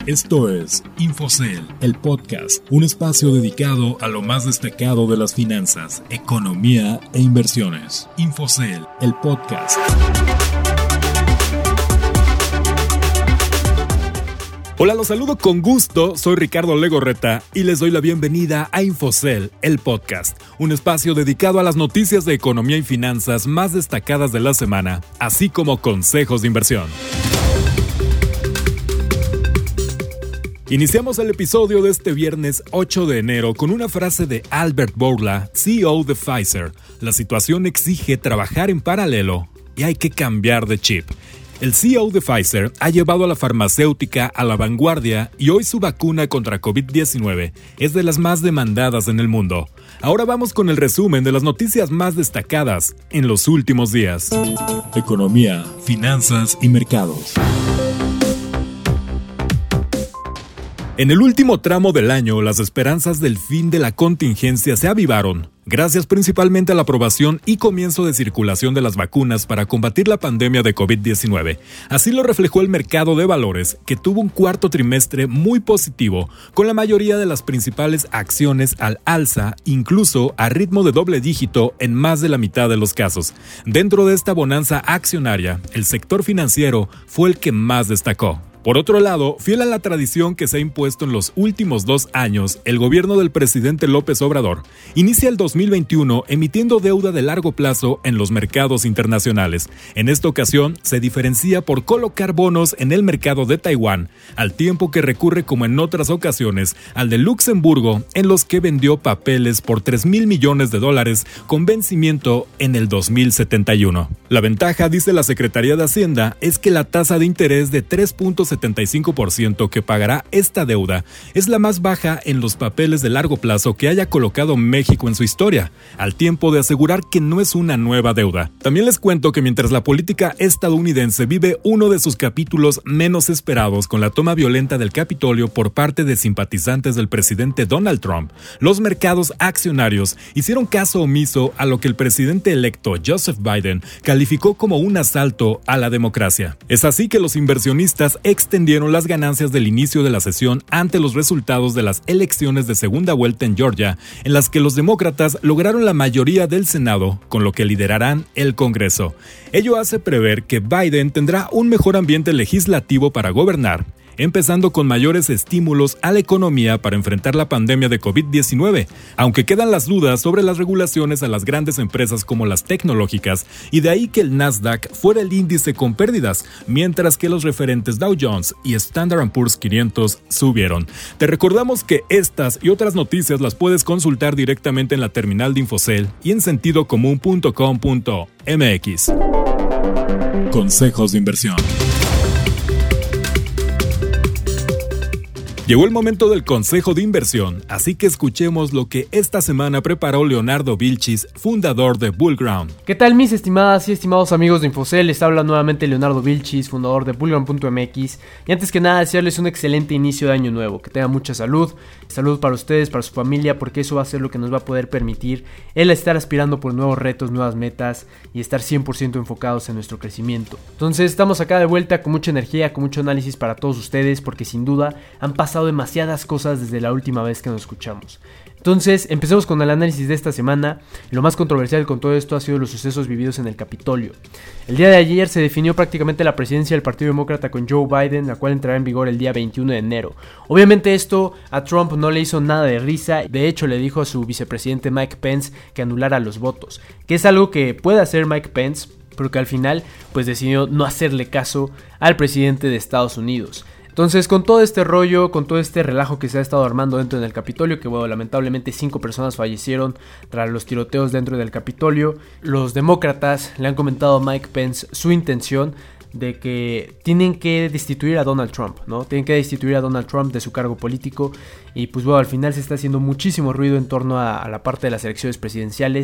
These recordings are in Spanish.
Esto es Infocel, el podcast, un espacio dedicado a lo más destacado de las finanzas, economía e inversiones. Infocel, el podcast. Hola, los saludo con gusto, soy Ricardo Legorreta y les doy la bienvenida a Infocel, el podcast, un espacio dedicado a las noticias de economía y finanzas más destacadas de la semana, así como consejos de inversión. Iniciamos el episodio de este viernes 8 de enero con una frase de Albert Bourla, CEO de Pfizer. La situación exige trabajar en paralelo y hay que cambiar de chip. El CEO de Pfizer ha llevado a la farmacéutica a la vanguardia y hoy su vacuna contra COVID-19 es de las más demandadas en el mundo. Ahora vamos con el resumen de las noticias más destacadas en los últimos días. Economía, finanzas y mercados. En el último tramo del año, las esperanzas del fin de la contingencia se avivaron, gracias principalmente a la aprobación y comienzo de circulación de las vacunas para combatir la pandemia de COVID-19. Así lo reflejó el mercado de valores, que tuvo un cuarto trimestre muy positivo, con la mayoría de las principales acciones al alza, incluso a ritmo de doble dígito en más de la mitad de los casos. Dentro de esta bonanza accionaria, el sector financiero fue el que más destacó. Por otro lado, fiel a la tradición que se ha impuesto en los últimos 2 años, el gobierno del presidente López Obrador inicia el 2021 emitiendo deuda de largo plazo en los mercados internacionales. En esta ocasión, se diferencia por colocar bonos en el mercado de Taiwán, al tiempo que recurre, como en otras ocasiones, al de Luxemburgo, en los que vendió papeles por $3,000 millones con vencimiento en el 2071. La ventaja, dice la Secretaría de Hacienda, es que la tasa de interés de 3.75% que pagará esta deuda es la más baja en los papeles de largo plazo que haya colocado México en su historia, al tiempo de asegurar que no es una nueva deuda. También les cuento que mientras la política estadounidense vive uno de sus capítulos menos esperados con la toma violenta del Capitolio por parte de simpatizantes del presidente Donald Trump, los mercados accionarios hicieron caso omiso a lo que el presidente electo Joseph Biden calificó como un asalto a la democracia. Es así que los inversionistas extendieron las ganancias del inicio de la sesión ante los resultados de las elecciones de segunda vuelta en Georgia, en las que los demócratas lograron la mayoría del Senado, con lo que liderarán el Congreso. Ello hace prever que Biden tendrá un mejor ambiente legislativo para gobernar, empezando con mayores estímulos a la economía para enfrentar la pandemia de COVID-19, aunque quedan las dudas sobre las regulaciones a las grandes empresas como las tecnológicas, y de ahí que el Nasdaq fuera el índice con pérdidas, mientras que los referentes Dow Jones y Standard & Poor's 500 subieron. Te recordamos que estas y otras noticias las puedes consultar directamente en la terminal de Infocel y en sentidocomún.com.mx. Consejos de inversión. Llegó el momento del consejo de inversión, así que escuchemos lo que esta semana preparó Leonardo Vilchis, fundador de Bullground. ¿Qué tal, mis estimadas y estimados amigos de Infocel? Les habla nuevamente Leonardo Vilchis, fundador de Bullground.mx, y antes que nada desearles un excelente inicio de año nuevo, que tengan mucha salud para ustedes, para su familia, porque eso va a ser lo que nos va a poder permitir el estar aspirando por nuevos retos, nuevas metas y estar 100% enfocados en nuestro crecimiento. Entonces estamos acá de vuelta con mucha energía, con mucho análisis para todos ustedes, porque sin duda han pasado demasiadas cosas desde la última vez que nos escuchamos. Entonces, empecemos con el análisis de esta semana. Lo más controversial con todo esto ha sido los sucesos vividos en el Capitolio. El día de ayer se definió prácticamente la presidencia del Partido Demócrata con Joe Biden, la cual entrará en vigor el día 21 de enero. Obviamente esto a Trump no le hizo nada de risa. De hecho, le dijo a su vicepresidente Mike Pence que anulara los votos, que es algo que puede hacer Mike Pence, pero que al final pues decidió no hacerle caso al presidente de Estados Unidos. Entonces, con todo este rollo, con todo este relajo que se ha estado armando dentro del Capitolio, que bueno, lamentablemente 5 personas fallecieron tras los tiroteos dentro del Capitolio, los demócratas le han comentado a Mike Pence su intención de que tienen que destituir a Donald Trump, ¿no? Tienen que destituir a Donald Trump de su cargo político y pues bueno, al final se está haciendo muchísimo ruido en torno a la parte de las elecciones presidenciales.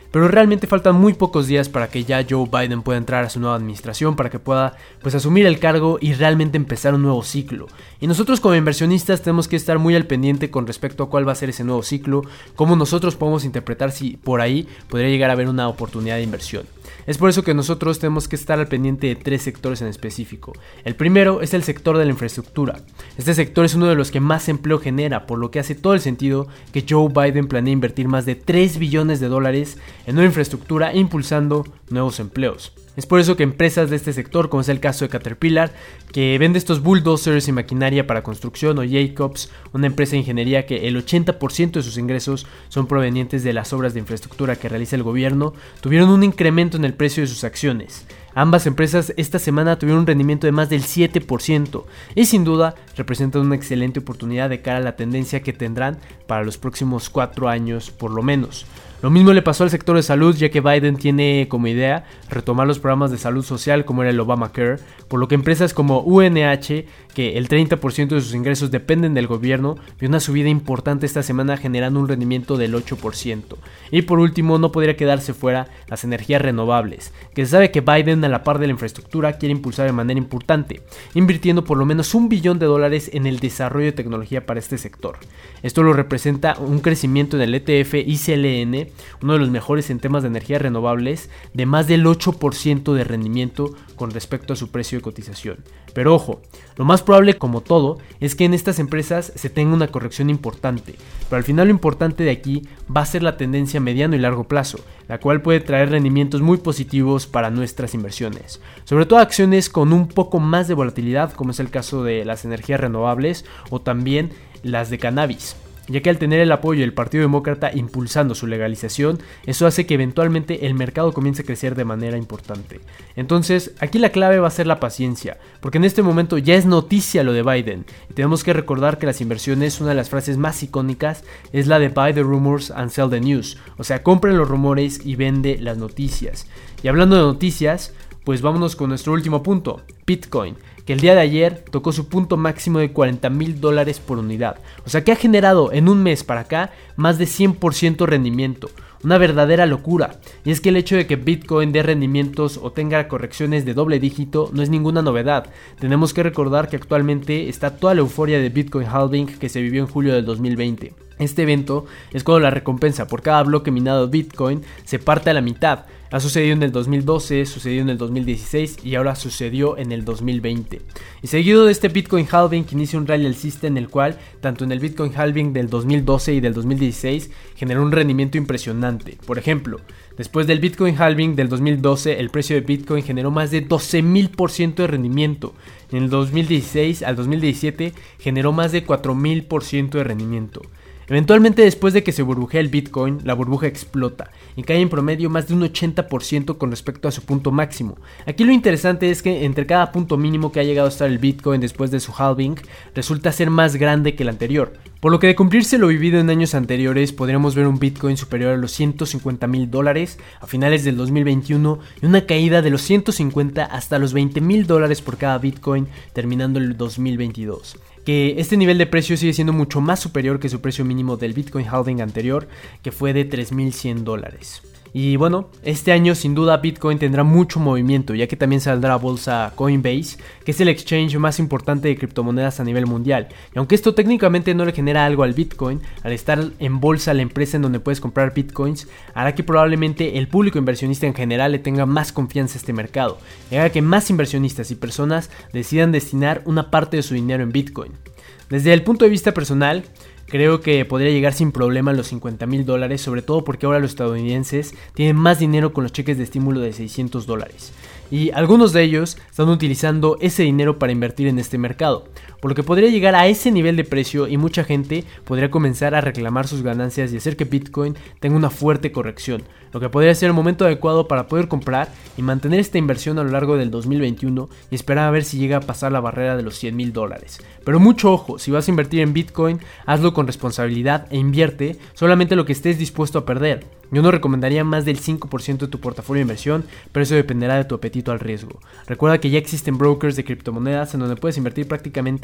pero realmente faltan muy pocos días para que ya Joe Biden pueda entrar a su nueva administración, para que pueda asumir el cargo y realmente empezar un nuevo ciclo. Y nosotros como inversionistas tenemos que estar muy al pendiente con respecto a cuál va a ser ese nuevo ciclo, cómo nosotros podemos interpretar si por ahí podría llegar a haber una oportunidad de inversión. Es por eso que nosotros tenemos que estar al pendiente de 3 sectores en específico. El primero es el sector de la infraestructura. Este sector es uno de los que más empleo genera, por lo que hace todo el sentido que Joe Biden planea invertir más de $3 billones en nueva infraestructura, impulsando nuevos empleos. Es por eso que empresas de este sector, como es el caso de Caterpillar, que vende estos bulldozers y maquinaria para construcción, o Jacobs, una empresa de ingeniería que el 80% de sus ingresos son provenientes de las obras de infraestructura que realiza el gobierno, tuvieron un incremento en el precio de sus acciones. Ambas empresas esta semana tuvieron un rendimiento de más del 7% y sin duda representan una excelente oportunidad de cara a la tendencia que tendrán para los próximos 4 años por lo menos. Lo mismo le pasó al sector de salud, ya que Biden tiene como idea retomar los programas de salud social como era el Obamacare, por lo que empresas como UNH, que el 30% de sus ingresos dependen del gobierno, vio una subida importante esta semana generando un rendimiento del 8%. Y por último, no podría quedarse fuera las energías renovables, que se sabe que Biden a la par de la infraestructura quiere impulsar de manera importante, invirtiendo por lo menos $1 billón en el desarrollo de tecnología para este sector. Esto lo representa un crecimiento en el ETF ICLN, uno de los mejores en temas de energías renovables, de más del 8% de rendimiento con respecto a su precio de cotización. Pero ojo, lo más probable, como todo, es que en estas empresas se tenga una corrección importante, pero al final lo importante de aquí va a ser la tendencia a mediano y largo plazo, la cual puede traer rendimientos muy positivos para nuestras inversiones, sobre todo acciones con un poco más de volatilidad, como es el caso de las energías renovables o también las de cannabis, ya que al tener el apoyo del Partido Demócrata impulsando su legalización, eso hace que eventualmente el mercado comience a crecer de manera importante. Entonces, aquí la clave va a ser la paciencia, porque en este momento ya es noticia lo de Biden, y tenemos que recordar que las inversiones, una de las frases más icónicas, es la de buy the rumors and sell the news, o sea, compren los rumores y vende las noticias. Y hablando de noticias, pues vámonos con nuestro último punto, Bitcoin, que el día de ayer tocó su punto máximo de $40,000 por unidad. O sea que ha generado en un mes para acá más de 100% rendimiento. Una verdadera locura. Y es que el hecho de que Bitcoin dé rendimientos o tenga correcciones de doble dígito no es ninguna novedad. Tenemos que recordar que actualmente está toda la euforia de Bitcoin halving que se vivió en julio del 2020. Este evento es cuando la recompensa por cada bloque minado de Bitcoin se parte a la mitad. Ha sucedido en el 2012, sucedió en el 2016 y ahora sucedió en el 2020. Y seguido de este Bitcoin halving inicia un rally alcista en el cual, tanto en el Bitcoin halving del 2012 y del 2016, generó un rendimiento impresionante. Por ejemplo, después del Bitcoin halving del 2012, el precio de Bitcoin generó más de 12,000% de rendimiento. En el 2016 al 2017 generó más de 4,000% de rendimiento. Eventualmente, después de que se burbujea el Bitcoin, la burbuja explota y cae en promedio más de un 80% con respecto a su punto máximo. Aquí lo interesante es que entre cada punto mínimo que ha llegado a estar el Bitcoin después de su halving, resulta ser más grande que el anterior. Por lo que de cumplirse lo vivido en años anteriores, podríamos ver un Bitcoin superior a los $150,000 a finales del 2021 y una caída de los 150 hasta los $20,000 por cada Bitcoin terminando el 2022. Que este nivel de precio sigue siendo mucho más superior que su precio mínimo del Bitcoin halving anterior, que fue de $3,100. Y bueno, este año sin duda Bitcoin tendrá mucho movimiento, ya que también saldrá a bolsa Coinbase, que es el exchange más importante de criptomonedas a nivel mundial. Y aunque esto técnicamente no le genera algo al Bitcoin, al estar en bolsa la empresa en donde puedes comprar Bitcoins, hará que probablemente el público inversionista en general le tenga más confianza a este mercado, y haga que más inversionistas y personas decidan destinar una parte de su dinero en Bitcoin. Desde el punto de vista personal, creo que podría llegar sin problema a los $50,000, sobre todo porque ahora los estadounidenses tienen más dinero con los cheques de estímulo de $600. Y algunos de ellos están utilizando ese dinero para invertir en este mercado, por lo que podría llegar a ese nivel de precio y mucha gente podría comenzar a reclamar sus ganancias y hacer que Bitcoin tenga una fuerte corrección, lo que podría ser el momento adecuado para poder comprar y mantener esta inversión a lo largo del 2021 y esperar a ver si llega a pasar la barrera de los $100,000. Pero mucho ojo, si vas a invertir en Bitcoin, hazlo con responsabilidad e invierte solamente lo que estés dispuesto a perder. Yo no recomendaría más del 5% de tu portafolio de inversión, pero eso dependerá de tu apetito al riesgo. Recuerda que ya existen brokers de criptomonedas en donde puedes invertir prácticamente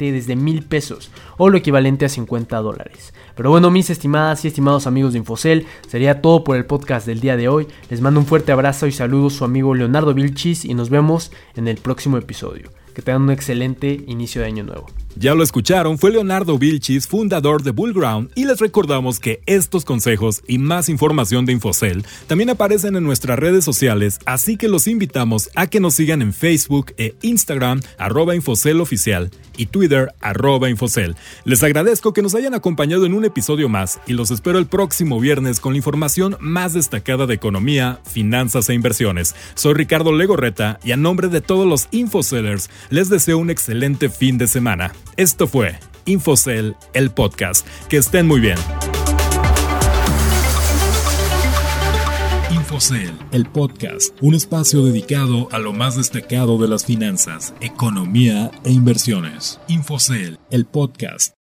aproximadamente desde $1,000 o lo equivalente a $50. Pero bueno, mis estimadas y estimados amigos de Infocel, sería todo por el podcast del día de hoy. Les mando un fuerte abrazo y saludos su amigo Leonardo Vilchis y nos vemos en el próximo episodio. Que tengan un excelente inicio de año nuevo. Ya lo escucharon, fue Leonardo Vilchis, fundador de Bullground, y les recordamos que estos consejos y más información de Infocel también aparecen en nuestras redes sociales, así que los invitamos a que nos sigan en Facebook e Instagram, @InfocelOficial, y Twitter, @Infocel. Les agradezco que nos hayan acompañado en un episodio más y los espero el próximo viernes con la información más destacada de economía, finanzas e inversiones. Soy Ricardo Legorreta y a nombre de todos los Infocellers les deseo un excelente fin de semana. Esto fue Infocel, el podcast. Que estén muy bien. Infocel, el podcast, un espacio dedicado a lo más destacado de las finanzas, economía e inversiones. Infocel, el podcast.